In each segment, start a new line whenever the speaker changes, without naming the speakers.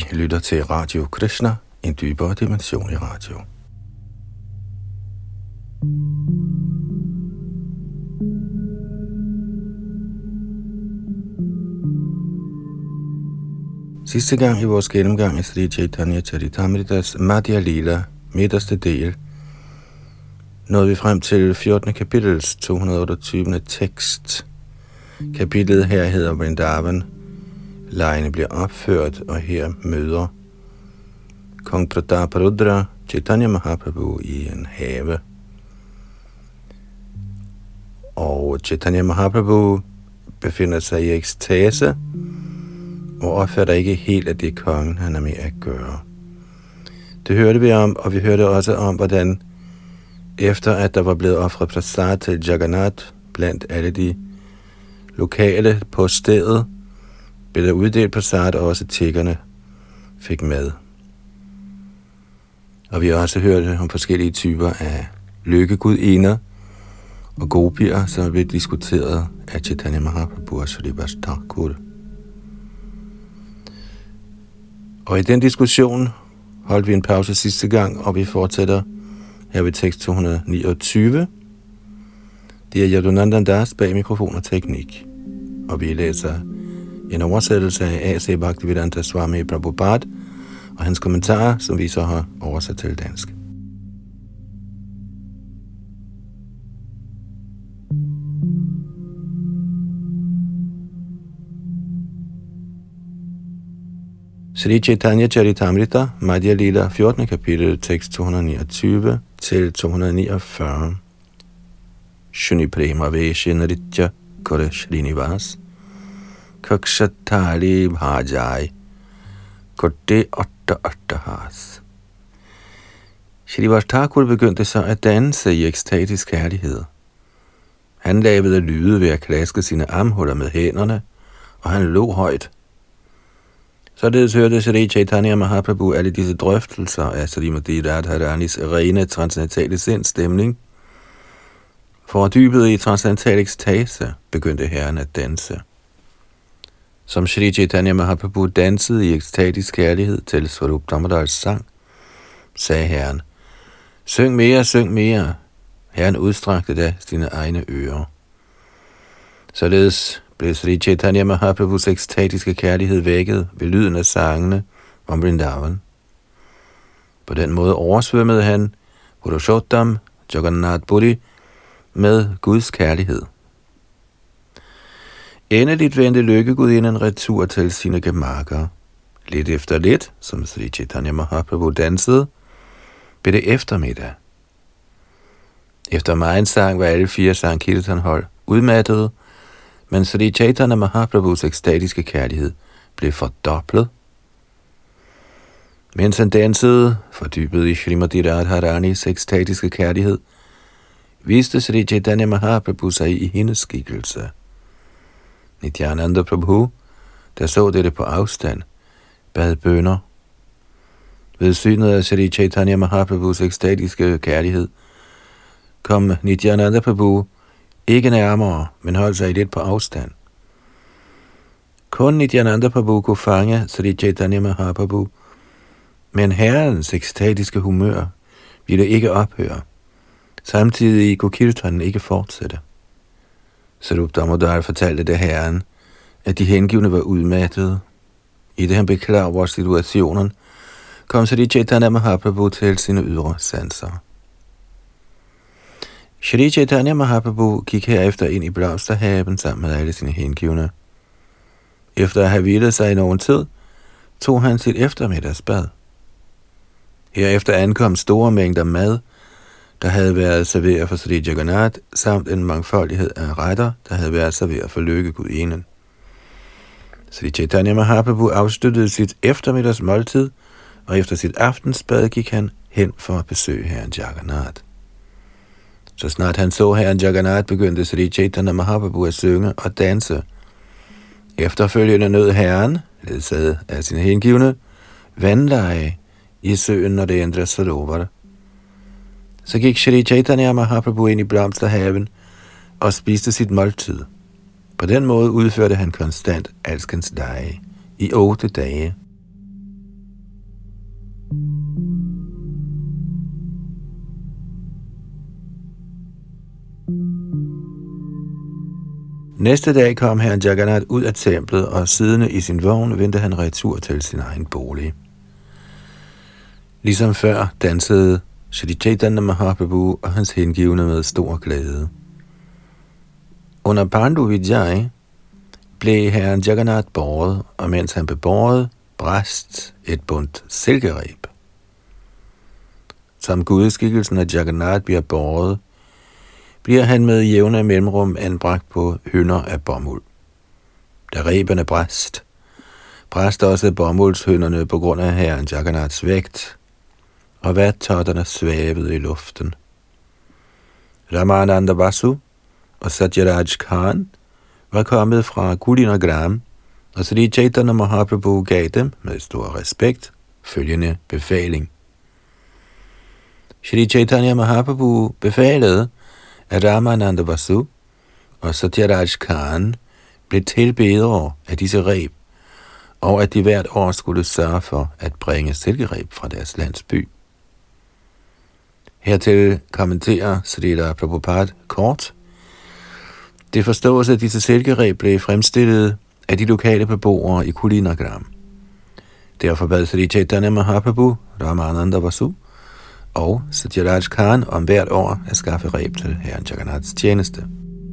I lytter til Radio Krishna, en dybere dimension i radio. Sidste gang i vores gennemgang af Sri Chaitanya Charitamritas Madhya Lila, midterste del, nåede vi frem til 14. kapitels 228. tekst. Kapitlet her hedder Vrindavan. Legene bliver opført, og her møder Kong Prataparudra Chaitanya Mahaprabhu i en have. Og Chaitanya Mahaprabhu befinder sig i ekstase og opfatter ikke helt, at det er kongen, han er med at gøre. Det hørte vi om, og vi hørte også om, hvordan efter at der var blevet ofret prasad til Jagannath blandt alle de lokale på stedet, blev der uddelt prasad, og også tiggerne fik mad. Og vi har også hørt om forskellige typer af lykkegudinder og gopier, som blev diskuteret af Chaitanya Mahaprabhu og Shrivas Thakur. Og i den diskussion holdt vi en pause sidste gang, og vi fortsætter her ved tekst 229. Det er Yadunandan Das bag mikrofon og teknik. Og vi læser en oversættelse af A.C. Bhaktivedanta Swami Prabhupada og hans kommentarer, som vi så har oversat til dansk. Sri Chaitanya Charitamrita, Madhya Lila, 14. kapitel, tekst 229 til 249. Shuni prema veshinritya kore Srinivas kakshatali bhajai korte otta attahas. Shrivas Thakur begyndte så at danse i ekstatisk kærlighed. Han lavede lyde ved at klaske sine armhuller med hænderne, og han lå højt. Således hørte Sri Chaitanya Mahaprabhu alle disse drøftelser af Srimati Radharanis rene transcendentale sindstemning. Fordybet i transcendental ekstase begyndte herren at danse. Som Sri Chaitanya Mahaprabhu dansede i ekstatisk kærlighed til Swarup Damodars sang, sagde herren: "Syng mere, syng mere." Herren udstrakte da sine egne ører. Således blev Sri Chaitanya Mahaprabhus ekstatiske kærlighed vækket ved lyden af sangene om Vrindavan. På den måde oversvømmede han Purushottam Jagannath Puri med Guds kærlighed. Endeligt vendte lykkegudinden retur til sine gemakker. Lidt efter lidt, som Sri Chaitanya Mahaprabhu dansede, blev det eftermiddag. Efter megen sang var alle 4 sankirtanhold udmattede, men Sri Chaitanya Mahaprabhus ekstatiske kærlighed blev fordoblet. Mens han dansede, fordybet i Srimati Radharanis ekstatiske kærlighed, viste Sri Chaitanya Mahaprabhu sig i hendes skikkelse. Nityananda Prabhu, der så dette på afstand, bad bønner. Ved synet af Sri Chaitanya Mahaprabhus ekstatiske kærlighed, kom Nityananda Prabhu ikke nærmere, men holdt sig lidt på afstand. Kun Nityananda Prabhu kunne fange Sri Chaitanya Mahaprabhu, men herrens ekstatiske humør ville ikke ophøre. Samtidig kunne kirtanen ikke fortsætte. Swarup Damodar fortalte det herren, at de hengivne var udmattede. I det han blev klar over situationen, kom Sri Chaitanya Mahaprabhu til sine ydre sanser. Sri Chaitanya Mahaprabhu gik herefter ind i blomsterhaven sammen med alle sine hengivne. Efter at have hvilet sig i nogen tid, tog han sit eftermiddagsbad. Herefter ankom store mængder mad, der havde været serveret for Sri Jagannath, samt en mangfoldighed af retter, der havde været serveret for lykkegudinden. Sri Chaitanya Mahaprabhu afsluttede sit eftermiddagsmåltid, og efter sit aftensbad gik han hen for at besøge herren Jagannath. Så snart han så herren Jagannath, begyndte Sri Chaitanya Mahaprabhu at synge og danse. Efterfølgende nød herren, ledsaget af sine hengivne, vandleje i søen Narendra Sarovar. Så gik Sri Chaitanya Mahaprabhu ind i blomsterhaven og spiste sit måltid. På den måde udførte han konstant alskens lege i 8 dage. Næste dag kom herren Jagannath ud af templet, og siddende i sin vogn vendte han retur til sin egen bolig. Ligesom før dansede Shri Chaitanya Mahaprabhu og hans hengivne med stor glæde. Under Pandu Vijay blev herren Jagannath båret, og mens han blev båret, brast et bundt silkereb. Som gudeskikkelsen af Jagannath bliver båret, bliver han med jævne mellemrum anbragt på hynder af bomuld. Da rebene brast også bomuldshønderne på grund af herren Jagannaths vægt, og vattotterne svævede i luften. Ramananda Vasu og Satyaraj Khan var kommet fra Kulinagram, og Sri Chaitanya Mahaprabhu gav dem med stor respekt følgende befaling. Shri Chaitanya Mahaprabhu befalede, at Ramananda Vasu og Satyaraj Khan blev tilbedere af disse reb, og at de hvert år skulle sørge for at bringe silkereb fra deres landsby. Hertil kommenterer Srila Prabhupada kort. Det forstås, at disse silkereb blev fremstillet af de lokale beboere i Kulinagram. Derfor bad Sri Chaitanya Mahaprabhu, Ramananda Vasu og Satyaraj Khan om hvert år at skaffe reb til herren Jagannaths tjeneste.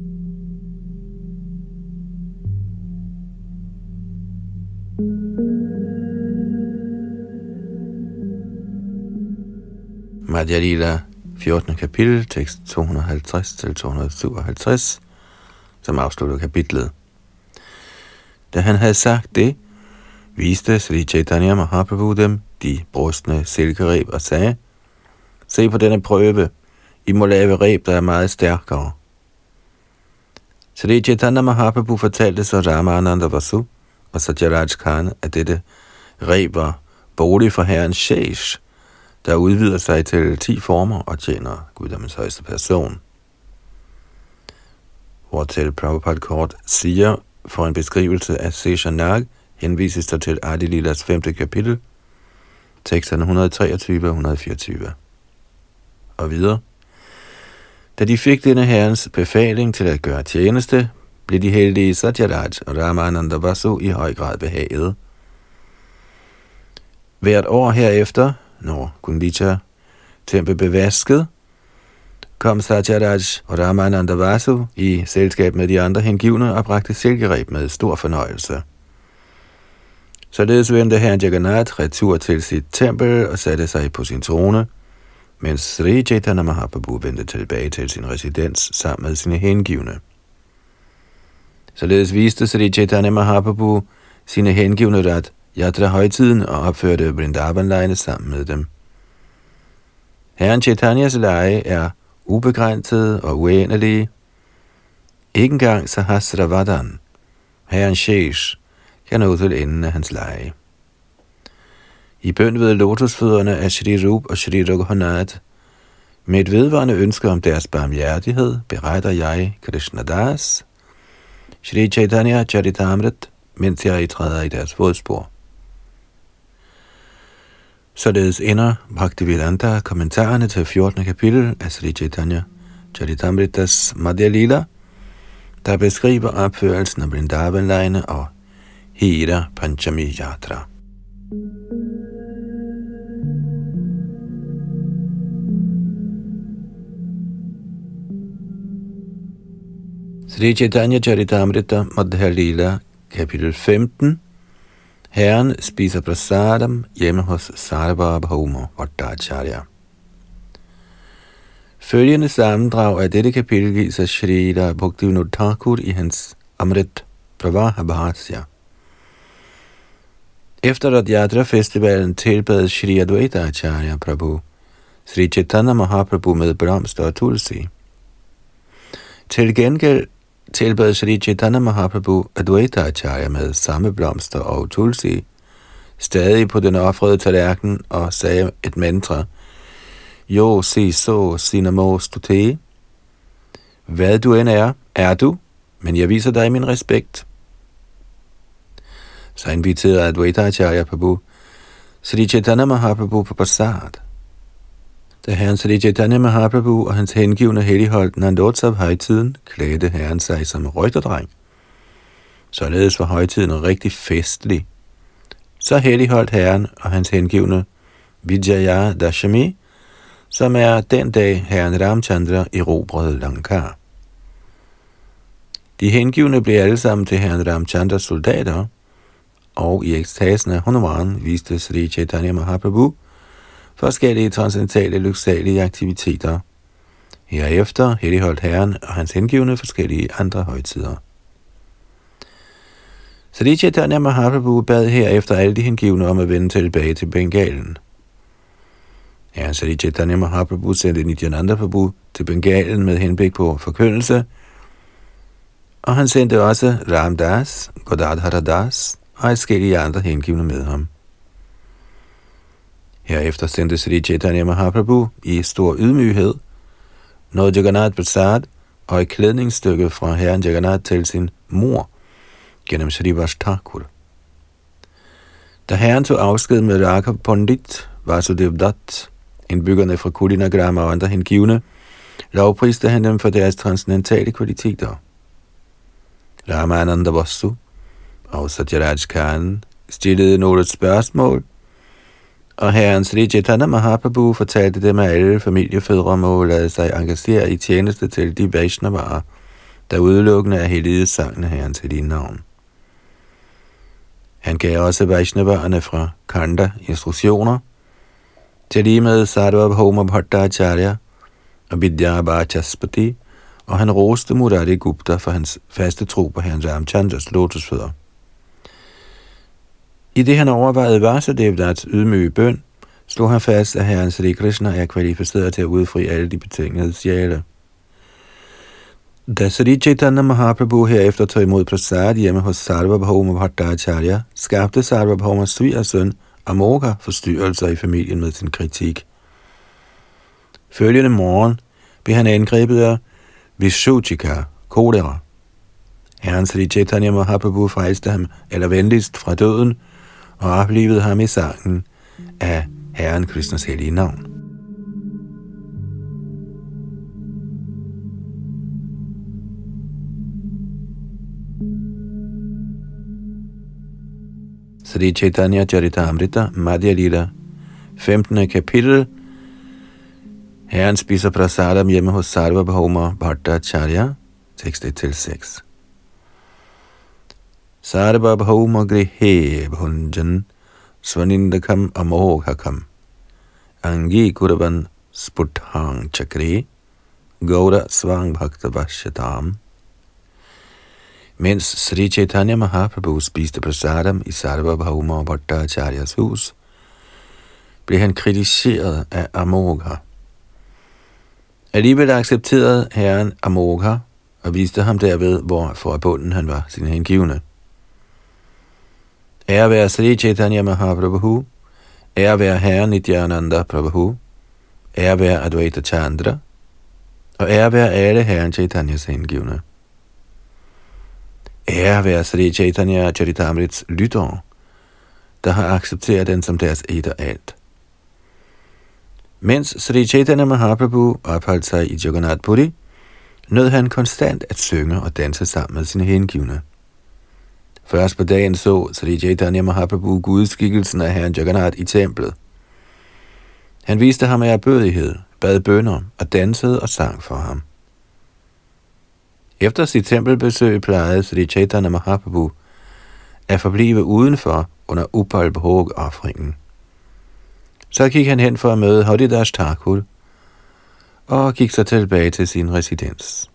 Madhya Lila, 14. kapitel, tekst 250-257, som afslutter kapitlet. Da han havde sagt det, viste Sri Chaitanya Mahaprabhu dem de brustne silkereb og sagde: Se på denne prøve, I må lave reb, der er meget stærkere. Sri Chaitanya Mahaprabhu fortalte så Ramananda Vasu og Satyaraj Khan, at dette reb var bolig for herren Shesh, der udvider sig til 10 former og tjener guddommens højeste person. Hvortil Prabhupada kort siger, for en beskrivelse af Seshanag, henvises der til Adi Lilas 5. kapitel, teksterne 123 og 124. Og videre. Da de fik denne herrens befaling til at gøre tjeneste, blev de heldige Satyaraj og Ramananda Vasu i høj grad behaget. Hvert år herefter, når Gundicha tempel blev vasket, kom Satyaraj og Ramananda Vasu i selskab med de andre hengivne og bragte silkereb med stor fornøjelse. Således vendte herren Jagannath retur til sit tempel og satte sig på sin trone, mens Sri Chaitanya Mahaprabhu vendte tilbage til sin residens sammen med sine hengivne. Således viste Sri Chaitanya Mahaprabhu sine hengivne ret Yatra-højtiden og opførte Vrindavan-lejene sammen med dem. Herren Chaitanyas leje er ubegrænsede og uendelige. Ikke engang Sahasravardhan, herren Shesh, kan nå til enden af hans leje. I bøn ved lotusfødderne af Shri Rup og Shri Raghunath, med et vedvarende ønske om deres barmhjertighed, beretter jeg, Krishnadas, Shri Chaitanya Charitamrit, mens jeg træder i deres fodspor. Således ender Bhaktivedanta kommentarerne til 14. kapitel af Sri Chaitanya Charitamritas Madhya Lila, der beskriver opførelsen af Vrindavan-lejene og Hira Panchami Yatra. Sri Chaitanya Charitamrita Madhya Lila, kapitel 15. Herren spiser prasadam hjemme hos Sarvabhauma Bhattacharya. Følgende sammendrag af dette kapitel gives af Shrila Bhaktivinoda Thakur i hans Amrit Pravaha Bhasya. Efter at Yatra-festivalen tilbad Shri Advaita Acharya Prabhu, Sri Chaitanya Mahaprabhu med blomster og tulsi. Til gengæld tilbad Sri Chaitanya Mahaprabhu Advaita Acharya med samme blomster og tulsi, stadig på den ofrede tallerken, og sagde et mantra: Jo si so sinamo stute. Hvad du end er du, men jeg viser dig min respekt. Så inviterede Advaita Acharya Prabhu Sri Chaitanya Mahaprabhu på prasad. Da herren Sri Chaitanya Mahaprabhu og hans hengivne helligholdt Nandotsav-højtiden, klædte herren sig som rytterdreng Således var højtiden rigtig festlig. Så helligholdt Herren og hans hengivne Vijaya Dashami, som er den dag Herren Ramchandra erobrede Lanka. De hengivne blev alle sammen til Herren Ramchandras soldater, og i ekstasen af Hanuman viste Sri Chaitanya Mahaprabhu forskellige transcendentale lyksalige aktiviteter. Herefter helligholdt Herren og hans hengivne forskellige andre højtider. Sri Chaitanya Mahaprabhu bad herefter alle de hengivne om at vende tilbage til Bengalen. Herren Sri Chaitanya Mahaprabhu sendte Nityananda Prabhu til Bengalen med henblik på forkyndelse, og han sendte også Ramdas, Godadhara Das og forskellige andre hengivne med ham. Herefter sendte Sri Chaitanya Mahaprabhu i stor ydmyghed noget Jagannath Prasad og et klædningsstykke fra herren Jagannath til sin mor gennem Shrivas Thakur. Da herren tog afsked med Raghav Pandit, Vasudev Dutt, indbyggerne fra Kulinagrama og andre hengivne, lovpriste han dem for deres transcendentale kvaliteter. Ramananda Vasu og Satyaraj Khan stillede nogle spørgsmål, og herren Sri Chaitanya Mahaprabhu fortalte dem, at alle familiefædre må lade sig engagere i tjeneste til de Vaishnavaer, der udelukkende er hellige sangene herrens hellige navn. Han gav også Vaishnavaerne fra Kanda instruktioner, til lige med Sarvabhauma Bhattacharya og Vidya Vachaspati, og han roste Murari Gupta for hans faste tro på herren Ramchandras lotusfødder. I det han overvejede Vasudev Datts ydmyge bøn, slog han fast, at herren Sri Krishna er kvalificeret til at udfri alle de betingede sjæle. Da Sri Chaitanya Mahaprabhu herefter tog imod prasad hjemme hos Sarvabhauma Bhattacharya, skabte Sarvabhaumas svigersøn Amogha forstyrrelser i familien med sin kritik. Følgende morgen blev han angrebet af Vishuchika, kolera. Herren Sri Chaitanya Mahaprabhu frelste ham allervenligst fra døden og oplevede ham i sangen af Herren Krishnas hellige navn. Sri Chaitanya Charitamrita Madhya Lila, 15. kapitel. Herren spiser prasadam hjemme hos Sarvabhauma Bhattacharya, tekst 1-6. Sarvabhauma grihe bhunjan svanindakam amoghakam angi kuravan sputhang chakri gaura svang bhakta vasyatam. Mens Sri Chaitanya Mahaprabhu spiste prasadam i Sarvabhauma Bhattacharyas hus, blev han kritiseret af Amogha. Alligevel accepterede herren Amogha og viste ham derved, hvor forbunden han var sin hengivne. Ære være Sri Chaitanya Mahaprabhu, ære være herren Nityananda Prabhu, ære være Advaita Chandra, og ære være alle herren Chaitanyas hengivne. Ære være Sri Chaitanya Charitamrits lyttere, der har accepteret den som deres et og alt. Mens Sri Chaitanya Mahaprabhu opholdt sig i Jagannath Puri, nød han konstant at synge og danse sammen med sine hengivne. Først på dagen så Sri Chaitanya Mahaprabhu gudskikkelsen af herren Jagannath i templet. Han viste ham ærbødighed, bad bønner og dansede og sang for ham. Efter sit tempelbesøg plejede Sri Chaitanya Mahaprabhu at forblive udenfor under Upal Bhog-offringen. Så gik han hen for at møde Haridas Thakur og gik så tilbage til sin residens.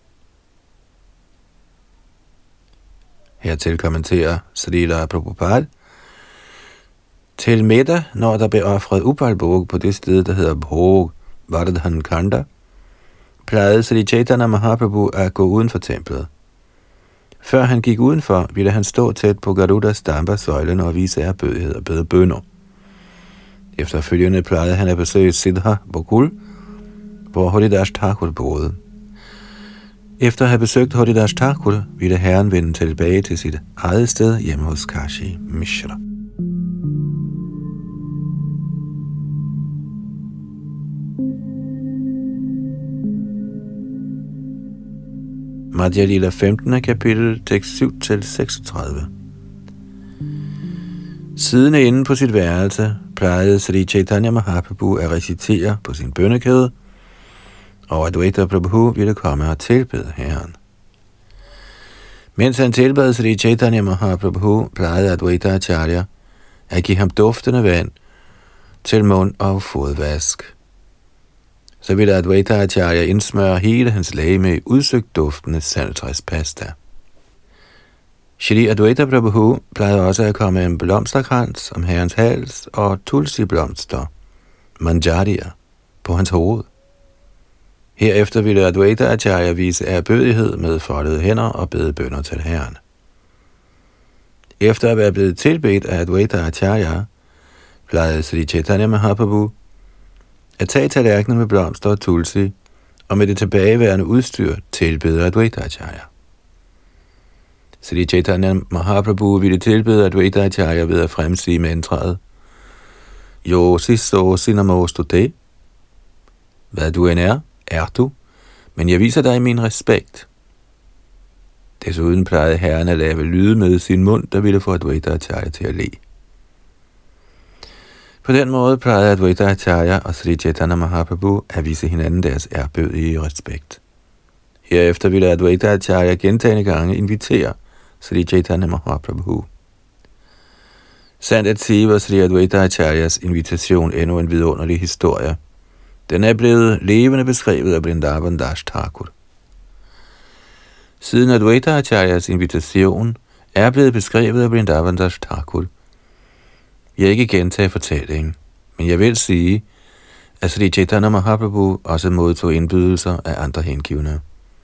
Hertil kommenterer Srila Prabhupada: til middag, når der blev offret Upal Bhog på det sted, der hedder Bhog Vardhan Kanda, plejede Sri Chaitanya Mahaprabhu at gå uden for templet. Før han gik udenfor, ville han stå tæt på Garudas Damba-søjlen og vise ærbødighed og bede bønner. Efterfølgende plejede han at besøge Siddha Bokul, hvor Haridas Thakur boede. Efter at have besøgt Haridas Thakur, ville herren vende tilbage til sit eget sted hjemme hos Kashi Mishra. Madhya Lila 15. kapitel, tekst 7-36. Siddende inde på sit værelse, plejede Sri Chaitanya Mahaprabhu at recitere på sin bønnekæde, og Advaita Prabhu ville komme og tilbede Herren. Mens han tilbad Sri Chaitanya Mahaprabhu, plejede Advaita Acharya at give ham duftende vand til mund og fodvask. Så ville Advaita Acharya indsmøre hele hans legeme i udsøgt duftende saltræspasta. Shri Advaita Prabhu plejede også at komme en blomsterkrans om herrens hals og tulsi-blomster, manjarier, på hans hoved. Herefter ville Advaita Acharya vise ærbødighed med foldede hænder og bede bønner til herren. Efter at være blevet tilbedt af Advaita Acharya, plejede Sri Chaitanya Mahaprabhu at tage tallerkenen med blomster og tulsi, og med det tilbageværende udstyr tilbede Advaita Acharya. Sri Chaitanya Mahaprabhu ville tilbede Advaita Acharya ved at fremsige mantraet Jo siso sinamostute. Hvad du end er du, men jeg viser dig min respekt. Desuden plejede herren at lave lyde med sin mund, der ville få Advaita Acharya til at le. På den måde plejede Advaita Acharya og Sri Chaitanya Mahaprabhu at vise hinanden deres ærbødige respekt. Herefter ville Advaita Acharya gentagne gange invitere Sri Chaitanya Mahaprabhu. Sandt at sige var Sri Advaita Acharyas invitation endnu en vidunderlig historie. Den er blevet levende beskrevet af Vrindavan Das Thakur. Siden Advaita Acharyas invitation er blevet beskrevet af Vrindavan Das Thakur. Jeg ikke gentage fortællingen, men jeg vil sige, at Sri Chaitanya Mahaprabhu også modtog indbydelser af andre hengivne.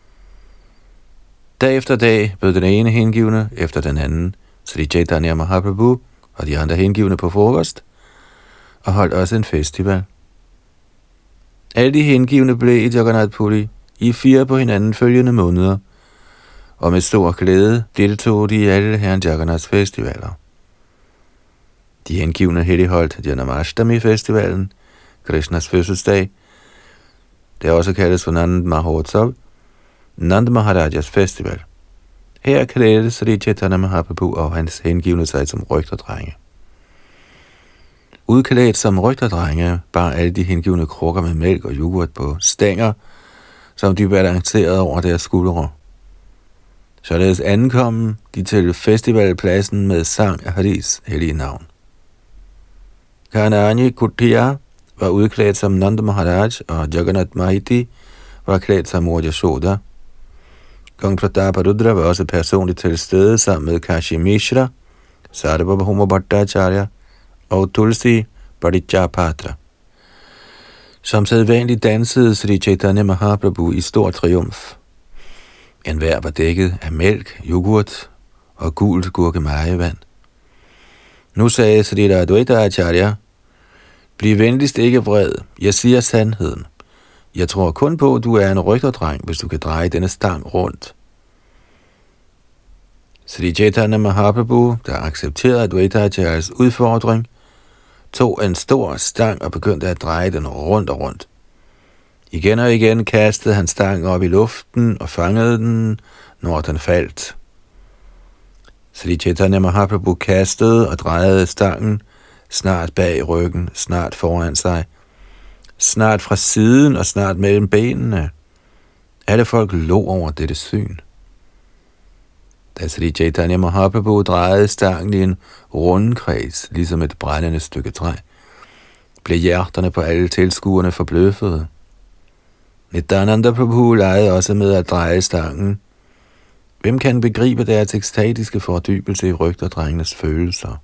Dag efter dag bød den ene hengivne efter den anden Sri Chaitanya Mahaprabhu og de andre hengivne på frokost, og holdt også en festival. Alle de hengivne blev i Jagannath Puri i 4 på hinanden følgende måneder, og med stor glæde deltog de i alle herren Jagannaths festivaler. De hengivne helligholdt Janmashtami-festivalen, Krishnas fødselsdag, der også kaldes for Nand Mahotsav, Nand Maharajas festival. Her klædte Sri Chaitanya Mahaprabhu og hans hengivne sig som rygterdrenge. Udklædt som rygterdrenge bar alle de hengivne krukker med mælk og yoghurt på stænger, som de balancerede over deres skuldre. Således ankom de til festivalpladsen med sang af Haris hellige navn. Kanani Kutia var udklædt som Nand Maharaj, og Jagannath Mahiti var klædt som mor Yashoda. Kong Prataparudra var også personligt til stede sammen med Kashi Mishra, Sarvabhauma Bhattacharya og Tulsi Parichapatra. Som sædvanligt dansede Sri Chaitanya Mahaprabhu i stor triumf. Enhver var dækket af mælk, yoghurt og gult gurkemajevand. Nu sagde Sri Advaita Acharya, bliv venligst ikke vred, jeg siger sandheden. Jeg tror kun på, at du er en rygterdreng, hvis du kan dreje denne stang rundt. Sri Chaitanya Mahaprabhu, der accepterede Advaita Acharyas udfordring, tog en stor stang og begyndte at dreje den rundt og rundt. Igen og igen kastede han stangen op i luften og fangede den, når den faldt. Sri Chaitanya Mahaprabhu kastede og drejede stangen, snart bag ryggen, snart foran sig, snart fra siden og snart mellem benene. Alle folk lå over dette syn. Da Sri Chaitanya Mahaprabhu drejede stangen i en rundkreds, ligesom et brændende stykke træ, blev hjerterne på alle tilskuerne forbløffede. Nityananda Prabhu legede også med at dreje stangen. Hvem kan begribe deres ekstatiske fordybelse i rygterdrengenes følelser?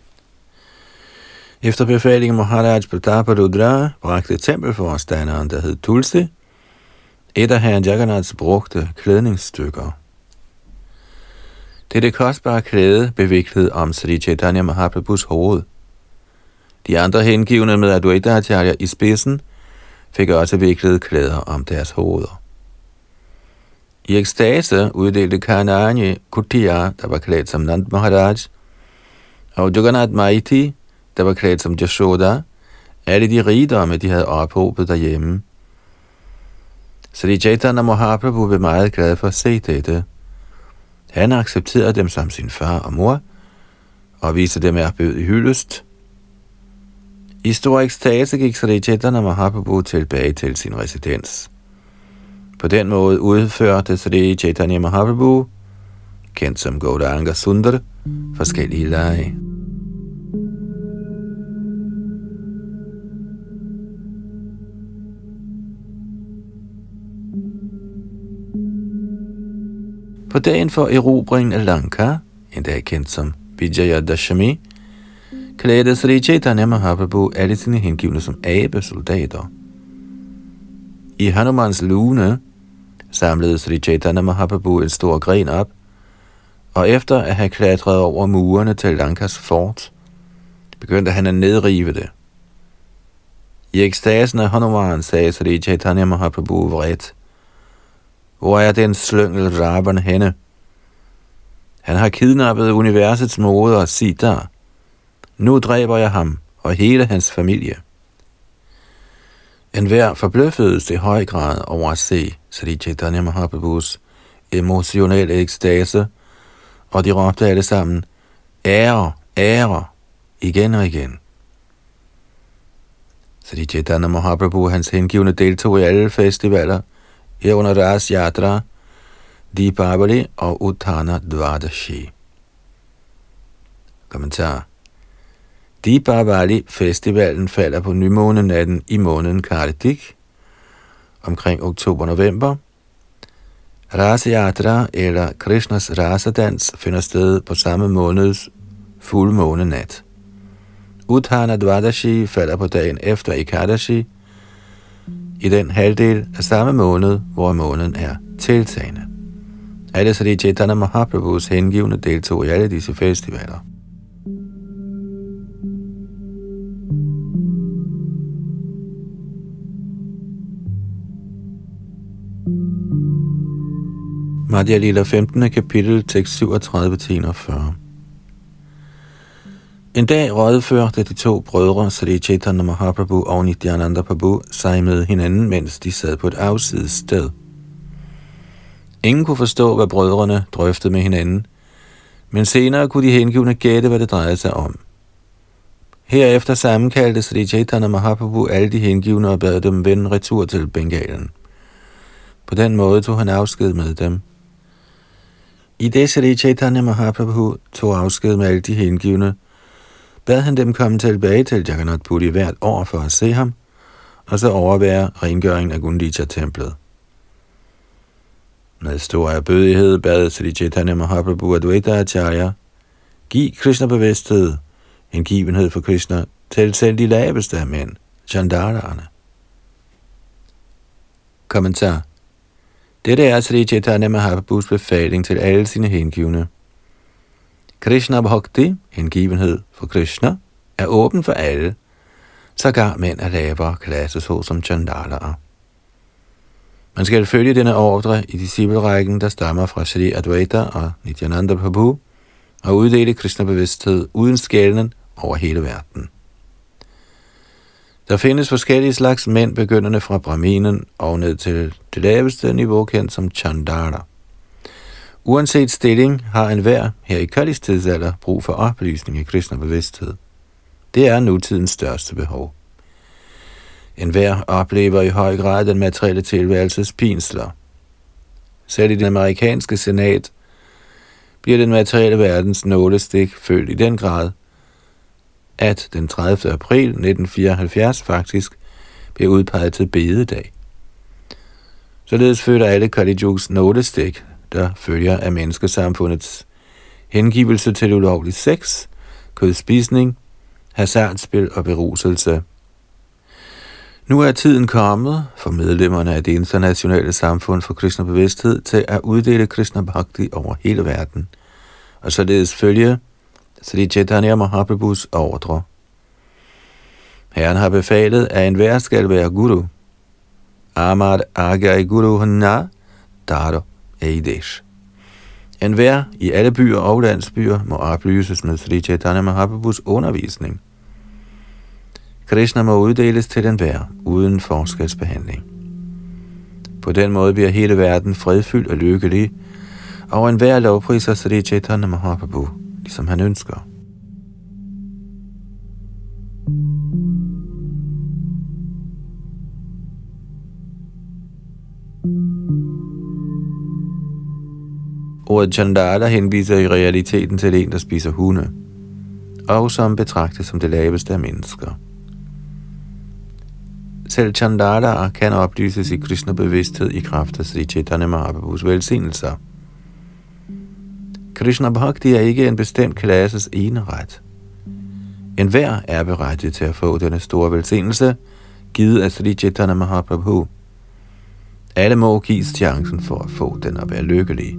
Efter befaling af Maharaj Prataparudra bragte tempelforstanderen, der hed Tulsi, et af herren Jagannaths brugte klædningsstykker. Dette kostbare klæde beviklede om Sri Chaitanya Mahaprabhus hoved. De andre hengivne med Advaita Acharya i spidsen fik også viklede klæder om deres hoveder. I ekstase uddelte Kanani Kutia, der var klædt som Nand Maharaj, og Jagannath Mahiti, der var klædt som Yashoda, alle de rigdomme, de havde ophobet derhjemme. Sri Chaitanya Mahaprabhu blev meget glad for at se dette. Han accepterede dem som sin far og mor, og viste dem ærbødig hyldest. I stor ekstase gik Sri Chaitanya Mahaprabhu tilbage til sin residens. På den måde udførte Sri Chaitanya Mahaprabhu, kendt som Gauranga Sundar, forskellige lege. På dagen for erobringen af Lanka, en dag kendt som Vijayadashami, klædte Sri Chaitanya Mahaprabhu alle sine hengivne som abesoldater. I Hanumans lune samlede Sri Chaitanya Mahaprabhu en stor gren op, og efter at have klatret over murene til Lankas fort, begyndte han at nedrive det. I ekstasen af Hanuman sagde Sri Chaitanya Mahaprabhu vredt: "Hvor er den slyngel Ravan henne? Han har kidnappet universets moder Sita. Nu dræber jeg ham og hele hans familie." Enhver forbløffedes i høj grad over at se Sri Chaitanya Mahaprabhus emotionelle ekstase, og de råbte alle sammen: "Ære, ære!" igen og igen. Sri Chaitanya Mahaprabhu og hans hengivne deltog i alle festivaler, herunder Ras Yatra, Deepavali og Uttana Dvadashi. Kommentar. Deepavali-festivalen falder på nymånenatten i måneden Kartik, omkring oktober-november. Rasa Yatra eller Krishnas rasadans finder sted på samme måneds fuldmånenat. Uttana Dvadashi falder på dagen efter Ekadashi, i den halvdel af samme måned, hvor måneden er tiltagende. Alle Sri Chaitanya Mahaprabhus hengivne deltog i alle disse festivaler. Madhya Lila 15. kapitel, tekst 37-41. En dag rådførte de to brødre, Sri Chaitanya Mahaprabhu og Nityananda Prabhu, sig med hinanden, mens de sad på et afsides sted. Ingen kunne forstå, hvad brødrene drøftede med hinanden, men senere kunne de hengivne gætte, hvad det drejede sig om. Herefter sammenkaldte Sri Chaitanya Mahaprabhu alle de hengivne og bad dem vende retur til Bengalen. På den måde tog han afsked med dem. I det Sri Chaitanya Mahaprabhu tog afsked med alle de hengivne, bad han dem komme tilbage til Jagannath Puri hvert år for at se ham, og så overvære rengøringen af Gundicha-templet. Med stor ærbødighed bad Sri Chaitanya Mahaprabhu Advaita Acharya: "Giv Krishna bevidsthed, hengivenhed for Krishna, til selv de laveste af mænd, Chandarerne." Kommentar. Dette er Sri Chaitanya Mahaprabhus befaling til alle sine hengivne. Krishna Bhakti, hengivenhed for Krishna, er åben for alle, sågar mænd af lavere klasse, såsom Chandalaer. Man skal følge denne ordre i disciplerækken, der stammer fra Shri Advaita og Nityananda Prabhu, og uddele Krishna-bevidsthed uden skelnen over hele verden. Der findes forskellige slags mænd, begyndende fra Brahminen og ned til det laveste niveau, kendt som Chandala. Uanset stilling har enhver her i Kalis tidsalder brug for oplysning i Krishna-bevidsthed. Det er nutidens største behov. Enhver oplever i høj grad den materielle tilværelses pinsler. Selv i den amerikanske senat bliver den materielle verdens nålestik følt i den grad, at den 30. april 1974 faktisk bliver udpeget til bededag. Således føler alle Kali Yugas nålestik, der følger af menneskesamfundets hengivelse til ulovlig sex, kødspisning, hasardspil og beruselse. Nu er tiden kommet for medlemmerne af det internationale samfund for Krishna-bevidsthed til at uddele Krishna-bhakti over hele verden, og således følge Sri Chaitanya Mahaprabhus ordre. Herren har befalet, at enhver skal være guru. Amar agai guru hana daro eidesh. Enhver i alle byer og landsbyer må oplyses med Sri Chaitanya Mahaprabhus undervisning. Krishna må uddeles til enhver uden forskelsbehandling. På den måde bliver hele verden fredfyldt og lykkelig, og enhver lovpriser Sri Chaitanya Mahaprabhu, ligesom han ønsker. Ordet Chandala henviser i realiteten til en, der spiser hunde, og som betragtes som det laveste af mennesker. Selv Chandalaer kan oplyses i Krishna-bevidsthed i kraft af Sri Chaitanya Mahaprabhus velsignelser. Krishna Bhakti er ikke en bestemt klasses eneret. Enhver er berettiget til at få denne store velsignelse, givet af Sri Chaitanya Mahaprabhu. Alle må gives chancen for at få den og være lykkelige.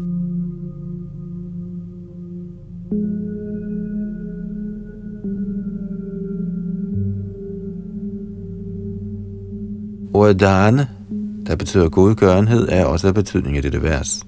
Ordet dana, der betyder godgørenhed, er også af betydning i dette vers.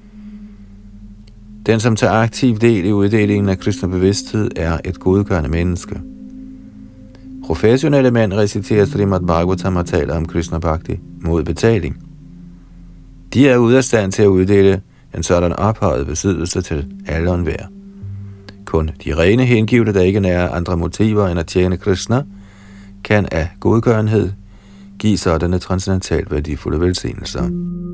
Den, som tager aktiv del i uddelingen af Krishna-bevidsthed, er et godgørende menneske. Professionelle mænd reciterer Srimad Bhagavatam og taler om Krishna Bhakti mod betaling. De er ude af stand til at uddele en sådan ophøjet besiddelse til alle og enhver. Kun de rene hengivne, der ikke nærer andre motiver end at tjene Krishna, kan af godgørenhed give sådanne transcendentalt værdifulde velsignelser.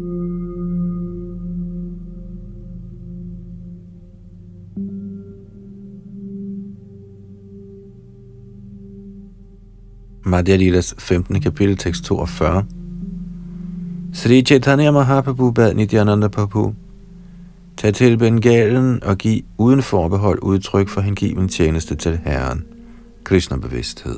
Madhya Lilas 15. kapitel, tekst 42. Sri Chaitanya Mahaprabhu bad Nityananda Prabhu tage til Bengalen og give uden forbehold udtryk for hengiven tjeneste til Herren, Krishna-bevidsthed.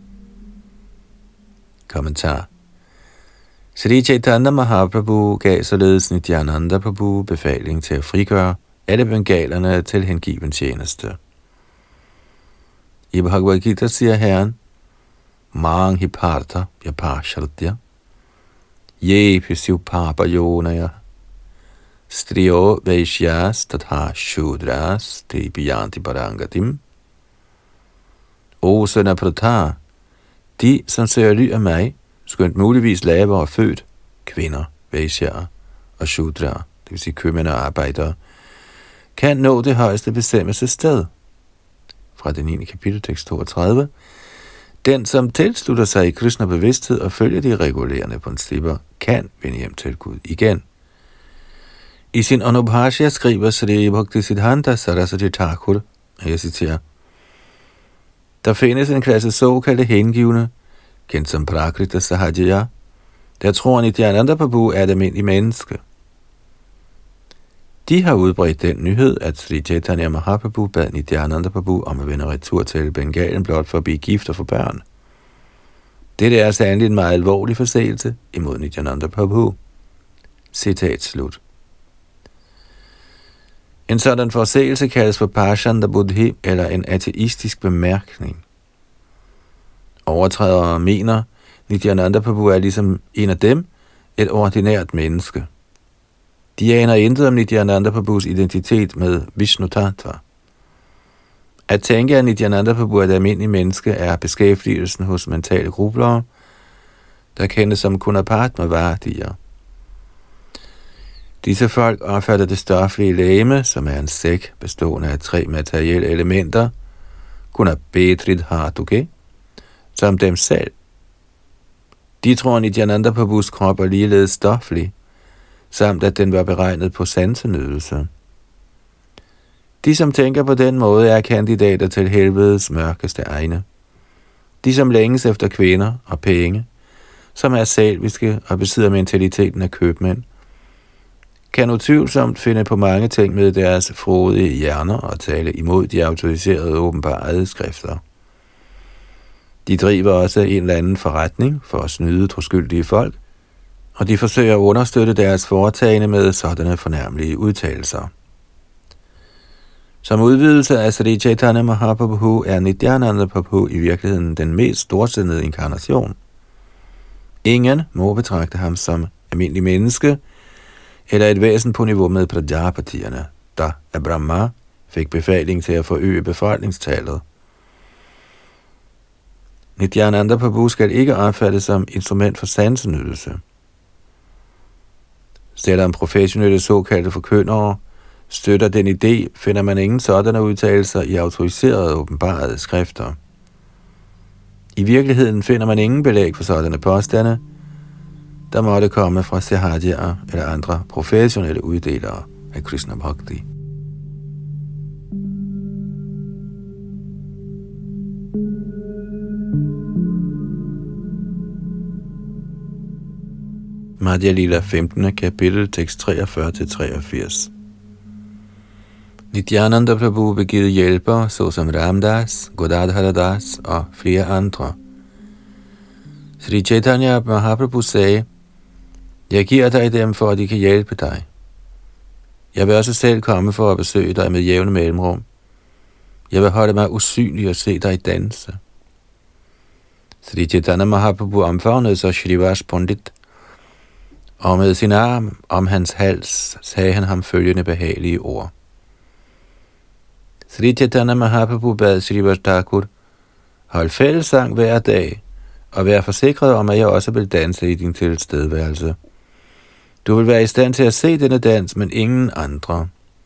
Kommentar. Sri Chaitanya Mahaprabhu gav således Nityananda Prabhu befaling til at frigøre alle bengalerne til hengiven tjeneste. I Bhagavad Gita siger Herren, Mang hi partha vyapasharatya ye pisiv papa yonaya striyo vaishyas tatha shudras te biyanti parangatim. O søn af Pratha, de, som søger ly af mig, skønt muligvis lavere født, kvinder, vaishyaer og shudra, det vil sige købmænd og arbejdere, kan nå det højeste bestemmelsessted. Fra det 9. kapitel, tekst 32. Den, som tilslutter sig i Krishna-bevidsthed og følger de regulerende principper, kan vende hjem til Gud igen. I sin Anubhashya skriver Sri Bhaktisiddhanta Saraswati Thakur, og jeg citerer, der findes en klasse såkaldte hengivne, kendt som Prakrita Sahajaya, der tror Nityananda Prabhu er et almindeligt menneske. De har udbredt den nyhed, at Sri Chaitanya Mahaprabhu bad Nityananda Prabhu om at vende retur til Bengalen blot for at blive gift og få børn. Dette er sandelig en meget alvorlig forseelse imod Nityananda Prabhu. Citat slut. En sådan forseelse kaldes for Pashanda Buddhi eller en ateistisk bemærkning. Overtrædere mener, Nityananda Prabhu er ligesom en af dem, et ordinært menneske. De aner intet om Nityananda Prabhus identitet med Vishnu Tattva. At tænke, at Nityananda Prabhu er et almindeligt menneske, er beskæftigelsen hos mentale grublere, der kendes som Kunapatma-vardier. Disse folk opfatter det stoflige legeme, som er en sæk bestående af 3 materielle elementer, Kunapetridhatuke, som dem selv. De tror, at Nityananda Prabhus krop er ligeledes stoflig, samt at den var beregnet på sansenydelse. De, som tænker på den måde, er kandidater til helvedes mørkeste egne. De, som længes efter kvinder og penge, som er selviske og besidder mentaliteten af købmænd, kan utvivlsomt finde på mange ting med deres frodige hjerner og tale imod de autoriserede åbenbarede skrifter. De driver også en eller anden forretning for at snyde troskyldige folk, og de forsøger at understøtte deres foretagende med sådanne fornærmelige udtalelser. Som udvidelse af Sri Chaitanya Mahaprabhu er Nityananda Prabhu i virkeligheden den mest storsindede inkarnation. Ingen må betragte ham som almindelig menneske, eller et væsen på niveau med Prajapatierne, der af Brahma fik befaling til at forøge befolkningstallet. Nityananda Prabhu skal ikke opfattes som instrument for sansenydelse. Selvom professionelle såkaldte forkyndere støtter den idé, finder man ingen sådanne udtalelser i autoriserede åbenbarede skrifter. I virkeligheden finder man ingen belæg for sådanne påstande, der måtte komme fra Sahajyer eller andre professionelle uddelere af Krishna Bhakti. Madhya Lila 15. kapitel, tekst 43-83. Nityananda Prabhu begivet hjælper, såsom Ramdas, Godadhara Das og flere andre. Sri Chaitanya Mahaprabhu sagde, jeg giver dig dem, for at de kan hjælpe dig. Jeg vil også selv komme for at besøge dig med jævne mellemrum. Jeg vil holde mig usynlig og se dig danse. Sri Chaitanya Mahaprabhu omfavnede så Shrivas Pandit, og med sin arm om hans hals sagde han ham følgende behagelige ord. Sri Chaitanya Mahaprabhu bad Shrivas Thakur, hold fællessang hver dag, og vær forsikret om, at jeg også vil danse i din tilstedeværelse. Du vil være i stand til at se denne dans, men ingen andre.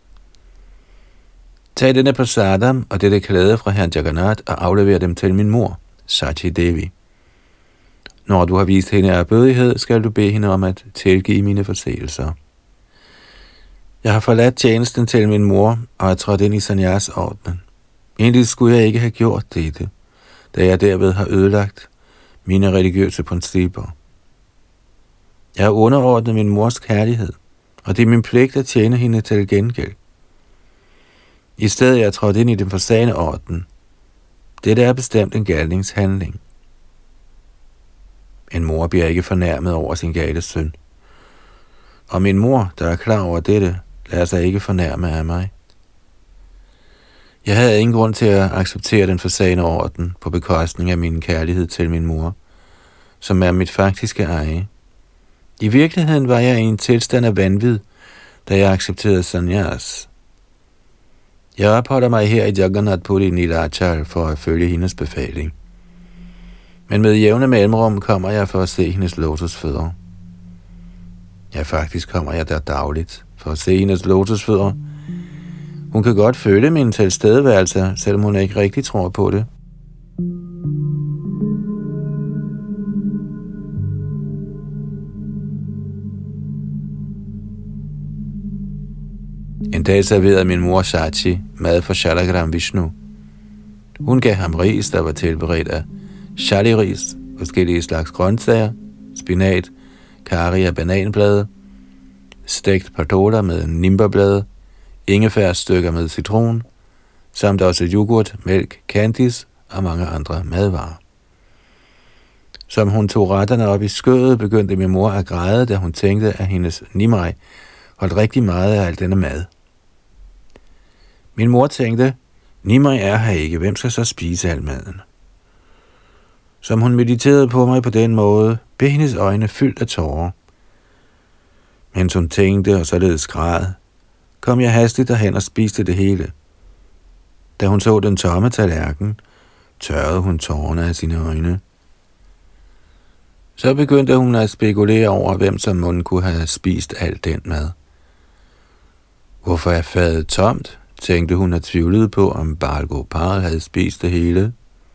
Tag denne prasadam og dette klæde fra herrn Jagannath og aflever dem til min mor, Sachi Devi. Når du har vist hende ærbødighed, skal du bede hende om at tilgive mine forseelser. Jeg har forladt tjenesten til min mor og er trådt ind i sannyas-ordenen. Egentlig skulle jeg ikke have gjort dette, da jeg derved har ødelagt mine religiøse principper. Jeg har underordnet min mors kærlighed, og det er min pligt at tjene hende til gengæld. I stedet er jeg trådt ind i den forsagende orden. Dette er bestemt en gerningshandling. En mor bliver ikke fornærmet over sin gale søn. Og min mor, der er klar over dette, lader sig ikke fornærme af mig. Jeg havde ingen grund til at acceptere den forsagende orden på bekostning af min kærlighed til min mor, som er mit faktiske eje. I virkeligheden var jeg i en tilstand af vanvid, da jeg accepterede sannyas. Jeg opholder mig her i Jagannath Puri Nilachal for at følge hendes befaling. Men med jævne mellemrum kommer jeg for at se hendes lotusfødder. Ja, faktisk kommer jeg der dagligt for at se hendes lotusfødder. Hun kan godt føle min tilstedeværelse, selvom hun ikke rigtig tror på det. En dag serverede min mor Sachi mad for Shalagram Vishnu. Hun gav ham ris, der var tilberedt af shali-ris, forskellige slags grøntsager, spinat, karri af bananblade, stegt patola med nimberblade, ingefærstykker med citron, samt også yoghurt, mælk, candies og mange andre madvarer. Som hun tog retterne op i skødet, begyndte min mor at græde, da hun tænkte, at hendes Nimai holdt rigtig meget af al denne mad. Min mor tænkte, Nimai er her ikke, hvem skal så spise al maden? Som hun mediterede på mig på den måde, blev hendes øjne fyldt af tårer. Mens hun tænkte og således græd, kom jeg hastigt derhen og spiste det hele. Da hun så den tomme tallerken, tørrede hun tårerne af sine øjne. Så begyndte hun at spekulere over, hvem som mon kunne have spist al den mad. Hvorfor er fadet tomt, tænkte hun og tvivlede på, om Bal Gopal havde spist det hele.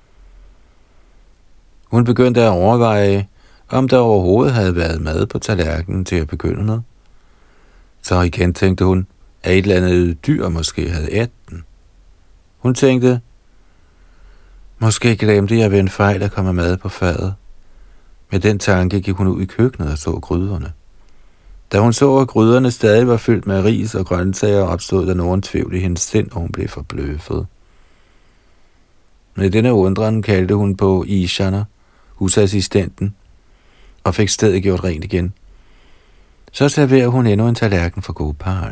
Hun begyndte at overveje, om der overhovedet havde været mad på tallerkenen til at begynde med. Så igen tænkte hun, at et eller andet dyr måske havde ædt den. Hun tænkte, måske glemte jeg ved en fejl at komme mad på fadet. Med den tanke gik hun ud i køkkenet og så gryderne. Da hun så, at gryderne stadig var fyldt med ris og grøntsager, opstod der nogen tvivl i hendes sind, og hun blev forbløffet. Med denne undren kaldte hun på Ishana, husassistenten, og fik stedet gjort rent igen. Så serverer hun endnu en tallerken for Gopal.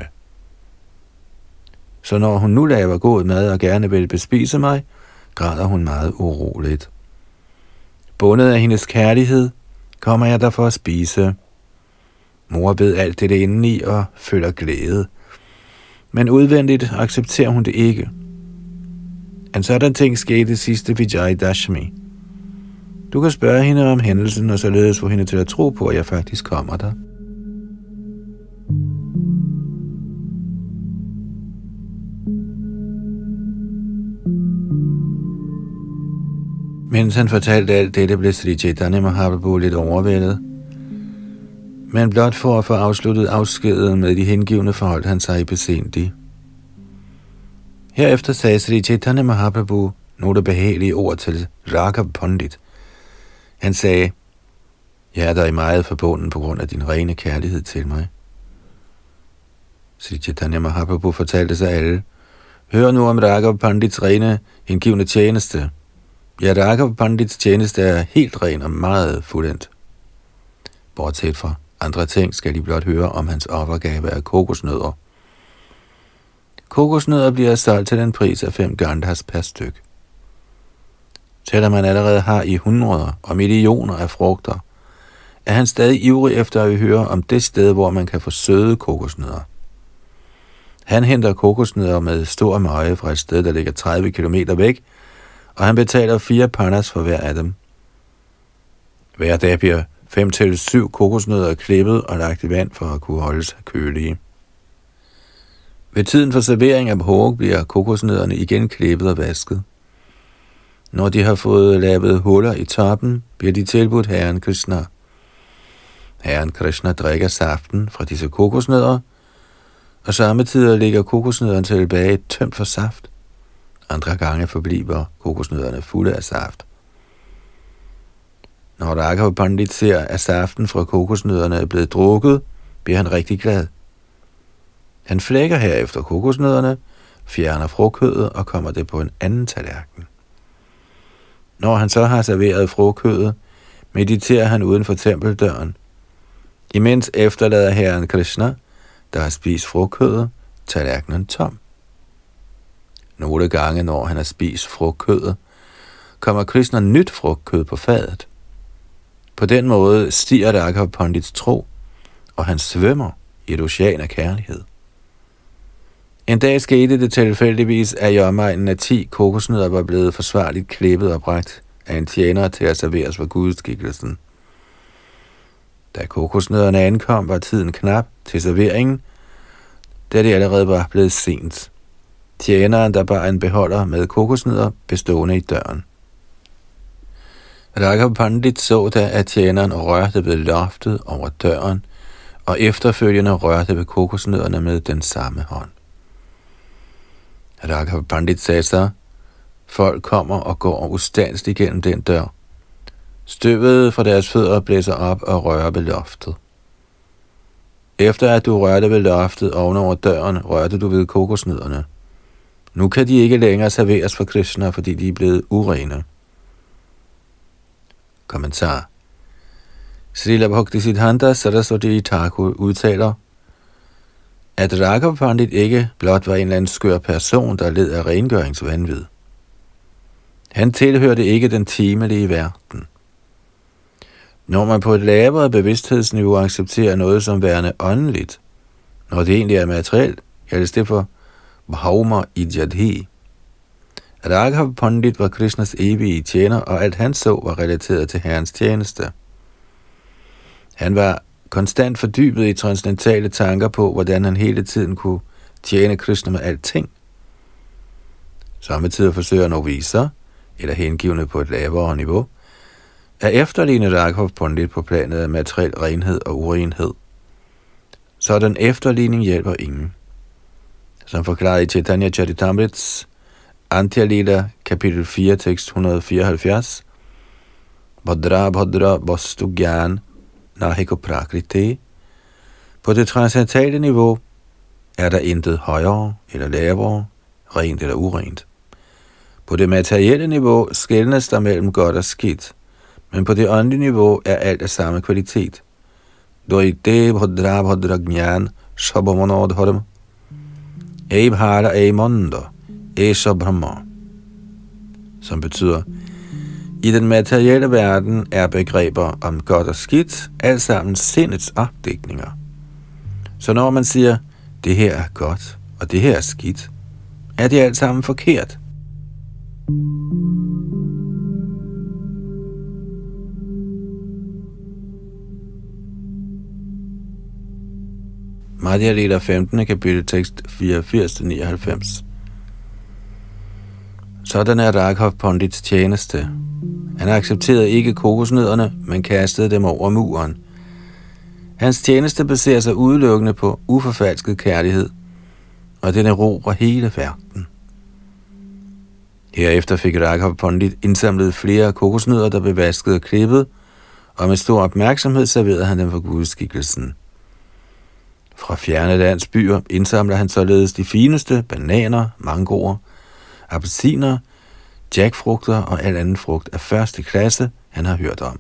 Så når hun nu laver god mad og gerne vil bespise mig, græder hun meget uroligt. Bundet af hendes kærlighed, kommer jeg der for at spise. Mor ved alt det indeni og føler glæde. Men udvendigt accepterer hun det ikke. En sådan ting skete sidste Vijay Dashmi. Du kan spørge hende om hændelsen og således få hende til at tro på, at jeg faktisk kommer der. Mens han fortalte alt dette, blev Sri Chaitanya Mahaprabhu lidt overvældet. Men blot for at få afsluttet afskeden med de hengivne forholdt han sig besindig. Herefter sagde Sri Chaitanya Mahaprabhu nogle behagelige ord til Raghav Pandit. Han sagde, jeg er dig meget forbundet på grund af din rene kærlighed til mig. Sri Chaitanya Mahaprabhu fortalte sig alle, hør nu om Raghav Pandits rene hengivne tjeneste. Ja, Raghav Pandits tjeneste er helt ren og meget fuldendt. Bortset fra andre ting skal de blot høre om hans offergave af kokosnødder. Kokosnødder bliver solgt til en pris af 5 gandhas per styk. Selvom man allerede har i hundreder og millioner af frugter, er han stadig ivrig efter at høre om det sted, hvor man kan få søde kokosnødder. Han henter kokosnødder med stor møje fra et sted, der ligger 30 kilometer væk, og han betaler 4 pannas for hver af dem. Hver dag bliver 5-7 kokosnødder klippet og lagt i vand for at kunne holde sig kølige. Ved tiden for servering af bhog bliver kokosnødderne igen klippet og vasket. Når de har fået lavet huller i toppen, bliver de tilbudt Herren Krishna. Herren Krishna drikker saften fra disse kokosnødder, og samtidig ligger kokosnødderne tilbage tømt for saft. Andre gange forbliver kokosnødderne fulde af saft. Når Raghav Pandit ser, at saften fra kokosnødderne er blevet drukket, bliver han rigtig glad. Han flækker herefter kokosnødderne, fjerner frugtkødet og kommer det på en anden tallerken. Når han så har serveret frugtkødet, mediterer han uden for tempeldøren. Imens efterlader Herren Krishna, der har spist frugtkødet, tallerkenen tom. Nogle gange, når han har spist frugtkødet, kommer Krishna nyt frugtkød på fadet. På den måde stiger Raghav Pandits tro, og han svømmer i et ocean af kærlighed. En dag skete det tilfældigvis, at i omegnen af 10 kokosnødder var blevet forsvarligt klippet og bragt af en tjener til at serveres for gudskikkelsen. Da kokosnødderne ankom, var tiden knap til serveringen, da det allerede var blevet sent. Tjeneren, der bar en beholder med kokosnødder, bestående i døren. Raghav Pandit så da, at tjeneren rørte ved loftet over døren, og efterfølgende rørte ved kokosnødderne med den samme hånd. Raghav Pandit sagde så, folk kommer og går ustandsligt gennem den dør. Støvet fra deres fødder blæser op og rører ved loftet. Efter at du rørte ved loftet ovenover døren, rørte du ved kokosnødderne. Nu kan de ikke længere serveres for Krishna, fordi de er blevet urene. Kommentar. Srila Bhaktisiddhanta Saraswati Thakur udtaler, at Raghav Pandit ikke blot var en eller anden skør person, der led af rengøringsvanvid. Han tilhørte ikke den timelige verden. Når man på et lavere bevidsthedsniveau accepterer noget som værende åndeligt, når det egentlig er materielt, kaldes det for bhauma idyadhi. Raghav Pandit var Krishnas evige tjener, og alt han så var relateret til Herrens tjeneste. Han var konstant fordybet i transcendentale tanker på, hvordan han hele tiden kunne tjene Krishna med alting. Samtidig forsøger novicer, eller hengivne på et lavere niveau, at efterligne Raghav Pandit på planet af materiel renhed og urenhed. Sådan efterligning hjælper ingen. Som forklaret i Chaitanya Charitamrits Antya Lila, kapitel 4, tekst 174, Bhadra Bhadra Vastu Gyan Nahiko Prakriti. På det transcendentale niveau er der intet højere eller lavere, rent eller urent. På det materielle niveau skelnes der mellem godt og skidt, men på det åndelige niveau er alt af samme kvalitet. Doite Bhadra Bhadra Gyan Shabhamanodharam Eibhara Eimondo Esha Brahma, som betyder, i den materielle verden er begreber om godt og skidt alt sammen sindets opdækninger. Så når man siger, det her er godt, og det her er skidt, er det alt sammen forkert. Madhya Lila 15. kapitel tekst 84-99. Sådan er Raghav Pandits tjeneste. Han accepterede ikke kokosnødderne, men kastede dem over muren. Hans tjeneste baserer sig udelukkende på uforfalsket kærlighed, og den erobrer hele verden. Herefter fik Raghav Pandit indsamlet flere kokosnødder, der blev vasket og klippet, og med stor opmærksomhed serverede han dem for gudskikkelsen. Fra fjerne landsbyer indsamler han således de fineste bananer, mangoer, appelsiner, jackfrugter og al anden frugt af første klasse, han har hørt om.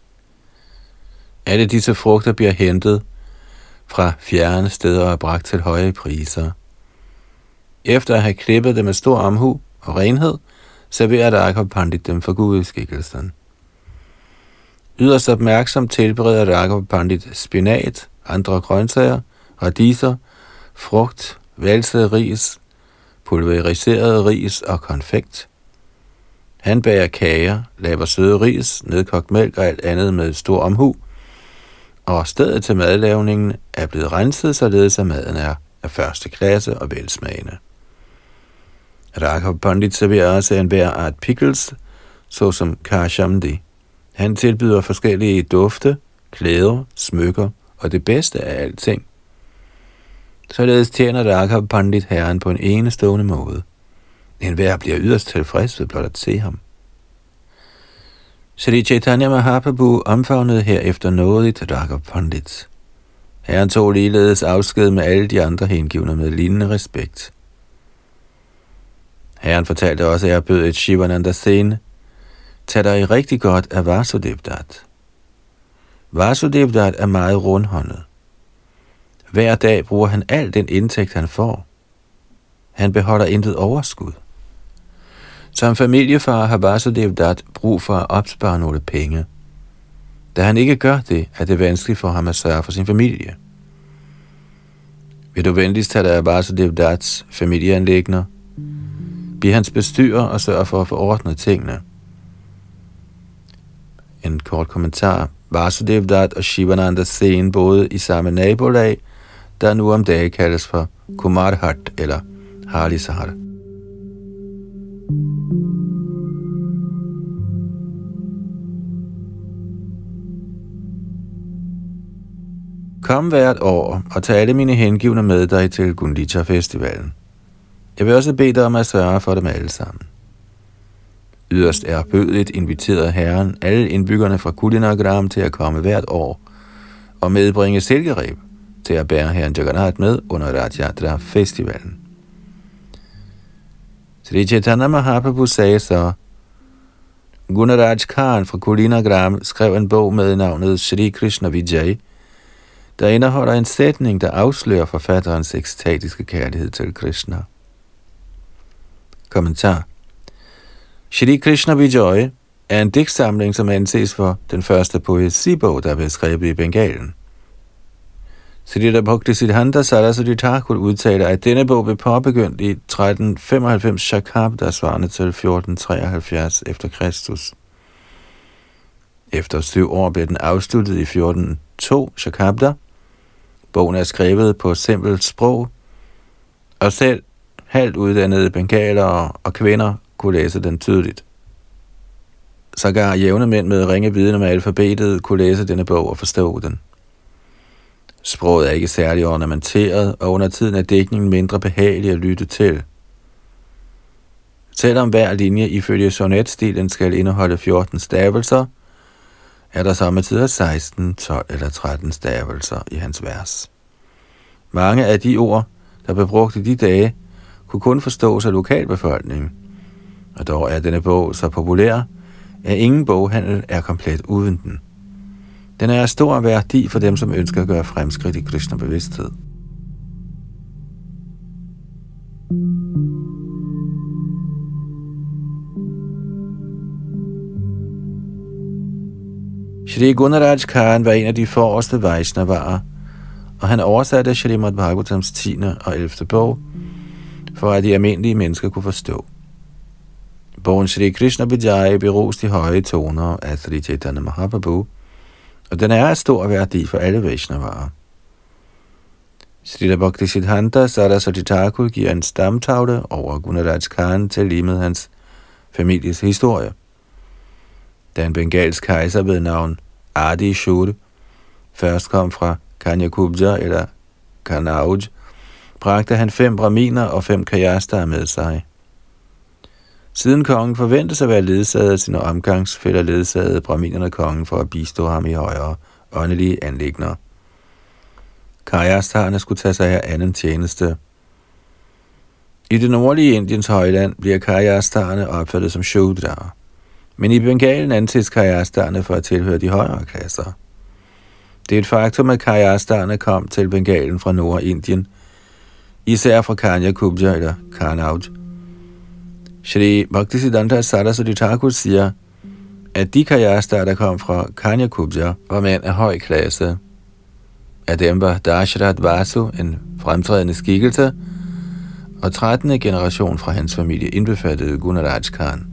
Alle disse frugter bliver hentet fra fjerne steder og bragt til høje priser. Efter at have klippet dem med stor omhu og renhed, serverer Raghav Pandit dem for gudskikkelsen. Yderst opmærksomt tilbereder Raghav Pandit spinat, andre grøntsager, radiser, frugt, valset ris, pulveriseret ris og konfekt. Han bager kager, laver søde ris, nedkogt mælk og alt andet med stor omhu, og stedet til madlavningen er blevet renset, således at maden er af første klasse og velsmagende. Raghav Pandit serverer også enhver art pickles, såsom kashamdi. Han tilbyder forskellige dufte, klæder, smykker og det bedste af alting. Således tjener Raghav Pandit herren på en enestående måde. Enhver bliver yderst tilfreds ved blot at se ham. Shri Chaitanya Mahaprabhu omfavnede herefter nådigt Raghav Pandit. Herren tog ligeledes afsked med alle de andre hengivne med lignende respekt. Herren fortalte også, at jeg bød et Shivananda Sen: tag dig rigtig godt af Vasudev Dat. Vasudev Dat er meget rundhåndet. Hver dag bruger han al den indtægt, han får. Han beholder intet overskud. Som familiefar har Vasudev Dat brug for at opspare nogle penge. Da han ikke gør det, er det vanskeligt for ham at sørge for sin familie. Vil du venligst tage dig af Vasudev Dats familieanliggender? Bliv hans bestyrer og sørg for at få ordnet tingene. En kort kommentar. Vasudev Dat og Shivananda Sen boede i samme nabolag, der nu om dagen kaldes for Kumarhat eller Halisahar. Kom hvert år og tag alle mine hengivne med dig til Gundicha-festivalen. Jeg vil også bede dig om at sørge for dem alle sammen. Yderst ærbødigt inviterede herren alle indbyggerne fra Kulinagram til at komme hvert år og medbringe silkereb til at bære herren Jagannath med under Rath-yatra-festivalen. Shri Chaitanya Mahaprabhu sagde så: Gunaraj Khan fra Kulinagram skrev en bog med navnet Shri Krishna Vijay, der indeholder en sætning, der afslører forfatterens ekstatiske kærlighed til Krishna. Kommentar. Shri Krishna Vijay er en digtsamling, som anses for den første poesibog, der blev skrevet i Bengalen. Sridhar Bhaktisiddhanta Saraswati Thakur udtaler, at denne bog blev påbegyndt i 1395 Shakabda, svarende til 1473 efter Kristus. Efter 7 år blev den afsluttet i 1402 Shakabda. Bogen er skrevet på simpelt sprog, og selv halvt uddannede bengalere og kvinder kunne læse den tydeligt. Sågar jævne mænd med ringe viden om alfabetet kunne læse denne bog og forstå den. Sproget er ikke særlig ornamenteret, og under tiden er dækningen mindre behagelig at lytte til. Selvom hver linje ifølge sonetstilen skal indeholde 14 stavelser, er der samtidig 16, 12 eller 13 stavelser i hans vers. Mange af de ord, der blev brugt i de dage, kunne kun forstås af lokalbefolkningen, og dog er denne bog så populær, at ingen boghandel er komplet uden den. Den er af stor værdi for dem, som ønsker at gøre fremskridt i Krishna-bevidsthed. Shri Gunaraj Khan var en af de forreste Vaishnavaer, og han oversatte Srimad Bhagavatams 10. og 11. bog, for at de almindelige mennesker kunne forstå. Bogen Shri Krishna Vijay beros de høje toner af Shri Chaitanya Mahaprabhu, og den er af stor værdi for alle Vaishnavaer. Sridhar Bhaktisiddhanta Saraswati Thakur giver en stamtavle over Gunaraj Khan til lige med hans families historie. Da en bengalsk kejser ved navn Adi Shuru først kom fra Kanyakubja eller Kanauj, bragte han 5 brahminer og 5 kajastaer med sig. Siden kongen forventes at være ledsaget af sine omgangsfæller, ledsagede brahminerne kongen for at bistå ham i højere åndelige anliggender. Kajastaerne skulle tage sig af anden tjeneste. I det nordlige Indiens højland bliver kajastaerne opfattet som shudraer, men i Bengalen anses kajastaerne for at tilhøre de højere klasser. Det er et faktum, at kajastaerne kom til Bengalen fra Nordindien, især fra Kanyakubja eller Kanauj. Shri Bhaktisiddhanta Saraswati Thakur siger, at de kajastaer, der kom fra Kanyakubja, var mænd af høj klasse. Af dem var Dashrath Vasu en fremtrædende skikkelse, og 13. generation fra hans familie indbefattede Gunaraj Khan.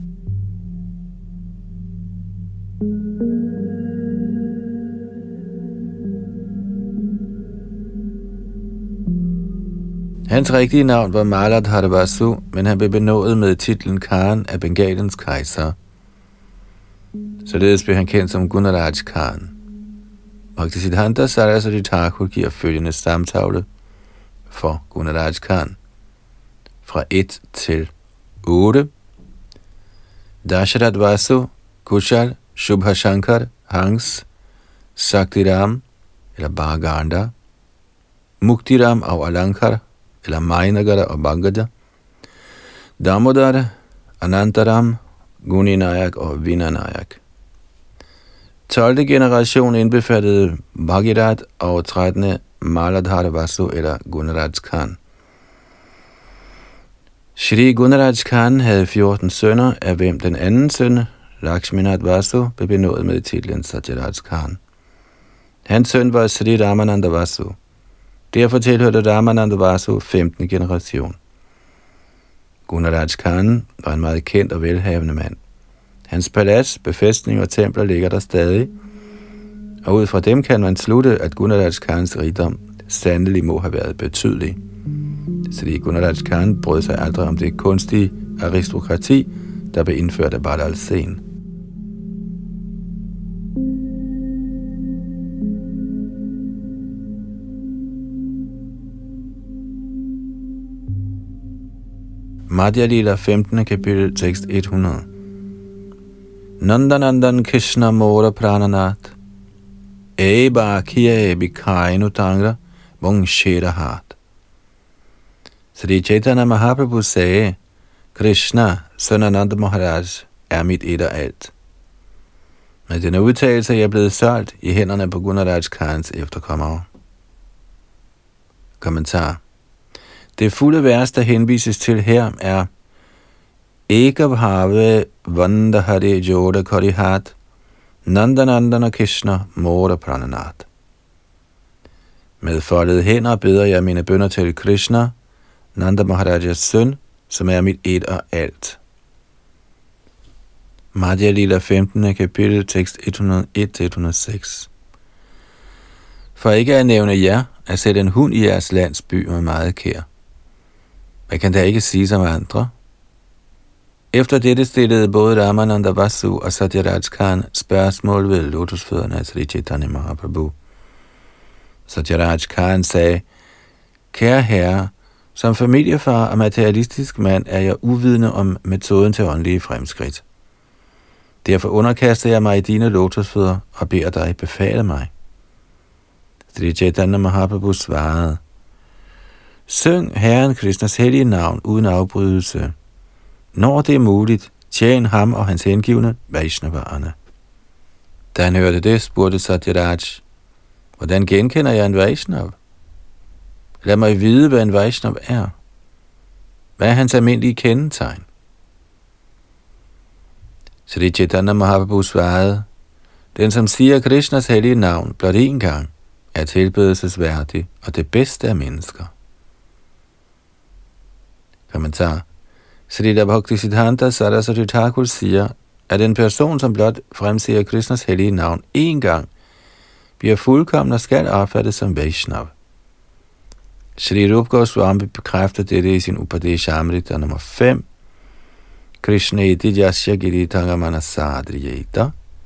Hans rigtige navn var Maladhara Vasu, men han blev benådet med titlen Khan af Bengalens kejser. Således blev han kendt som Gunaraj Khan. Bhaktisiddhanta Saraswati Thakur giver følgende stamtavle for Gunaraj Khan. Fra 1 til 8. Dashrath Vasu, Kushal, Shubhashankar, Hans, Saktiram eller Bhaganda, Muktiram og Alankar eller Mainagara og Bangaja, Damodar, Anantaram, Guninayak og Vinanayak. 12. generation indbefattede Bhagirath og 13. Maladhara Vasu eller Gunaraj Khan. Shri Gunaraj Khan havde 14 sønner, af hvem den anden søn, Lakshminath Vasu, blev benådet med titlen Satyaraj Khan. Hans søn var Sri Ramananda Vasu. Derfor tilhørte Ramananda Vasu 15. generation. Gunaraj Khan var en meget kendt og velhavende mand. Hans palads, befæstning og templer ligger der stadig, og ud fra dem kan man slutte, at Gunaraj Khans rigdom sandelig må have været betydelig. Sri Gunaraj Khan brød sig aldrig om det kunstige aristokrati, der blev indført af Badal Sen. Madhya Lila 15. kapitel, tekst 100. Nandanandan Krishna Mora Prananath Eba Kiya Bikainu Tangra Vongshirahat. Sri Chaitanya Mahaprabhu sagde, Krishna, søn af Nanda Maharaj, er mit et og alt. Med denne udtalelse er jeg blevet solgt i hænderne på Gunaraj Khans efterkommere. Kommentar. Det fulde vers, der henvises til her, er Ekabhave Vandahari Joda Karihat Nandanandana Krishna Mora Prananath. Med foldede hænder beder jeg mine bønner til Krishna, Nanda Maharajas søn, som er mit et og alt. Madhya Lila 15. kapitel, tekst 101-106. For ikke at nævne jer, at sætte en hund i jeres landsby med meget kær. Hvad kan der ikke siges om andre? Efter dette stillede både Ramananda Vasu og Satyaraj Khan spørgsmål ved lotusfødderne af Sri Chaitanya Mahaprabhu. Satyaraj Khan sagde, kære herre, som familiefar og materialistisk mand er jeg uvidende om metoden til åndelige fremskridt. Derfor underkaster jeg mig i dine lotusfødder og beder dig befale mig. Sri Chaitanya Mahaprabhu svarede, syng Herren Krishnas hellige navn uden afbrydelse. Når det er muligt, tjen ham og hans hengivne Vaishnavarerne. Da han hørte det, spurgte Satyaraj, hvordan genkender jeg en Vaishnav? Lad mig vide, hvad en Vaishnav er. Hvad er hans almindelige kendetegn? Sri Chaitanya Mahaprabhu svarede, den som siger Krishnas hellige navn blot én gang, er tilbedelsesværdig og det bedste af mennesker. Kommentar. Srila Bhaktisiddhanta Saraswati Thakur siger, at en person, som blot fremsiger Krishnas hellige navn én gang, bliver fuldkommen og skal opfattes som Vaishnav. Shri Rupa Goswami bekræfter dette i sin Upadeshamrita nummer 5. Krishna iti jasya giritanga manasadriyeta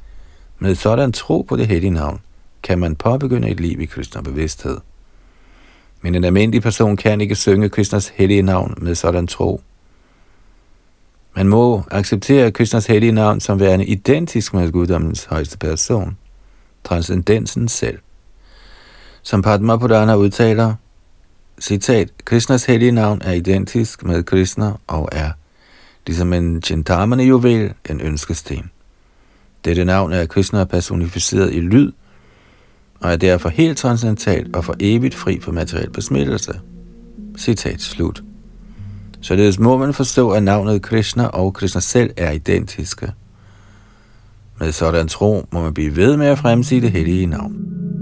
Med sådan tro på det hellige navn, kan man påbegynde et liv i Krishna bevidsthed. Men en almindelig person kan ikke synge Krishnas hellige navn med sådan tro. Man må acceptere Krishnas hellige navn som værende identisk med guddommens højeste person, transcendensen selv. Som Padma Purana udtaler, citat, Krishnas hellige navn er identisk med Krishna og er, ligesom en Chintamani juvel, en ønskesten. Dette navn er Krishna personificeret i lyd, og er derfor helt transcendentalt og for evigt fri for materiel besmittelse. Citat slut. Således må man forstå, at navnet Krishna og Krishna selv er identiske. Med sådan tro må man blive ved med at fremsige det hellige navn.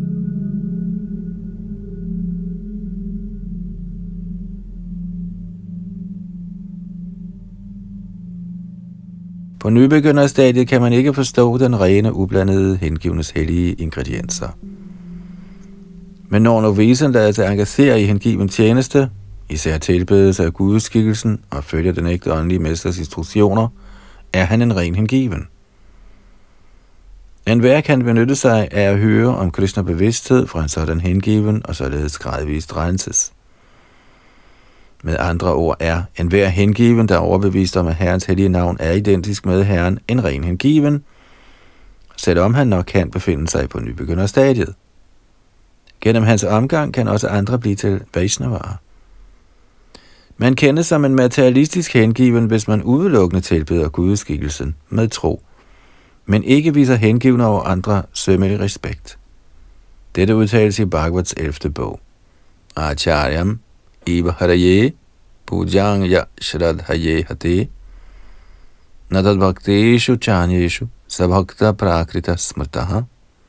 På nybegynderstadiet kan man ikke forstå den rene, ublandede hengivnes hellige ingredienser. Men når novicen lader sig engagere i hengiven tjeneste, især tilbedelse af gudskikkelsen og følger den ægte åndelige mesters instruktioner, er han en ren hengiven. Enhver kan benytte sig af at høre om Krishna bevidsthed fra en sådan hengiven og således gradvist renses. Med andre ord er enhver hengiven, der er overbevist om, at Herrens hellige navn er identisk med Herren, en ren hengiven, selvom han nok kan befinde sig på nybegynderstadiet. Gennem hans omgang kan også andre blive til Vaishnavaer. Man kendes som en materialistisk hengiven, hvis man udelukkende tilbeder gudskikkelsen med tro, men ikke viser hengiven over andre sømmelig respekt. Dette udtales i Bhagavats 11. bog. Acharyam Iva Haraye Pujangya Shradhaye Hate Nadad Bhakteshu Chanyeshu Sabhakta Prakrita Smrtaha.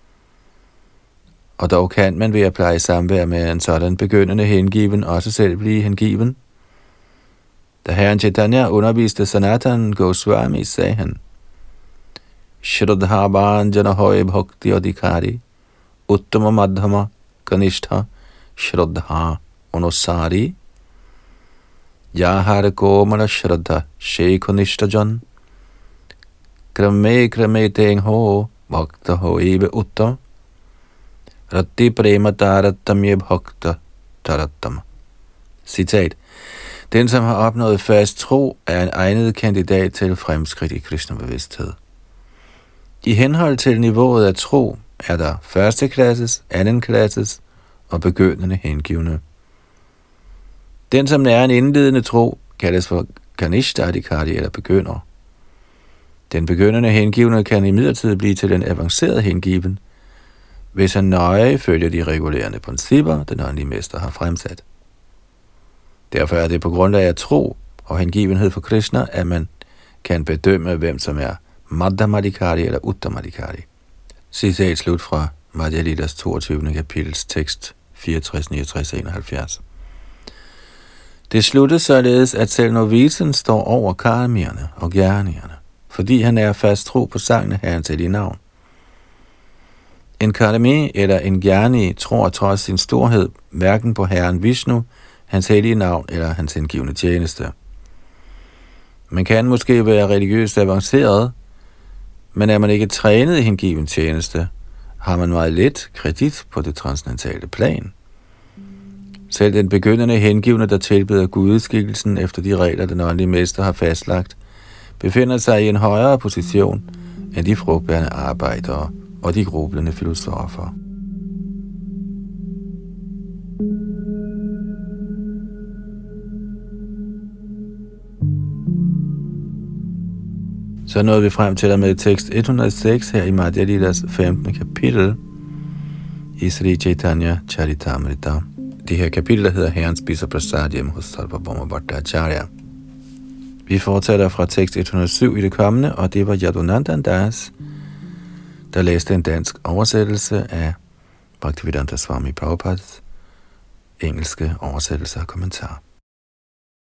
Og dog kan man ved at pleje samvær med en sådan begyndende hengiven også selv blive hengiven. Da Herren Chaitanya underviste Sanatan Goswami, sagde han, Shraddha Bhanjana Hoy Bhakti Adhikari Uttama Madhama Kanishtha Shraddha Anusari Yahar Komala Shraddha Shekunishta Jan Krame Krame Teng Ho Bhakta Hoive Uttam Rati Prema Tarattam Ye Bhakta Tarattam. Citat. Den, som har opnået fast tro, er en egnet kandidat til fremskridt i Krishna-bevidsthed. I henhold til niveauet af tro er der første klasses, anden klasses og begyndende hengivne. Den, som nærer en indledende tro, kaldes for Kanishta Adhikari eller begynder. Den begyndende hengivne kan imidlertid blive til en avanceret hengiven, hvis han nøje følger de regulerende principper, den åndelige mester har fremsat. Derfor er det på grundlag af tro og hengivenhed for Krishna, at man kan bedømme, hvem som er Madhyamadhikari eller Uttamadhikari. Citat slut fra Madhya Litas 22. kapitels tekst 64, 69, 71. Det sluttes således, at selv novicen står over karmierne og gjerningerne, fordi han er fast tro på sangen Herrens hellige navn. En karmi eller en gyani tror trods sin storhed hverken på Herren Vishnu, hans hellige navn eller hans hengivne tjeneste. Man kan måske være religiøst avanceret, men er man ikke trænet i hengiven tjeneste, har man meget let kredit på det transcendentale plan. Selv den begyndende hengivne, der tilbeder gudskikkelsen efter de regler, den åndelige mester har fastlagt, befinder sig i en højere position end de frugtbærende arbejdere og de grublende filosofer. Så nåede vi frem til med tekst 106 her i Madhya Litas 15. kapitel i Sri Chaitanya Charitamrita. Det her kapitel, der hedder Herren spiser prasadiyam hos Sarvabhauma Bhattacharya. Vi fortsætter fra tekst 107 i det kommende, og det var Yadunandan Das, der læste en dansk oversættelse af Bhaktivedanta Swami Prabhupads engelske oversættelse og kommentar.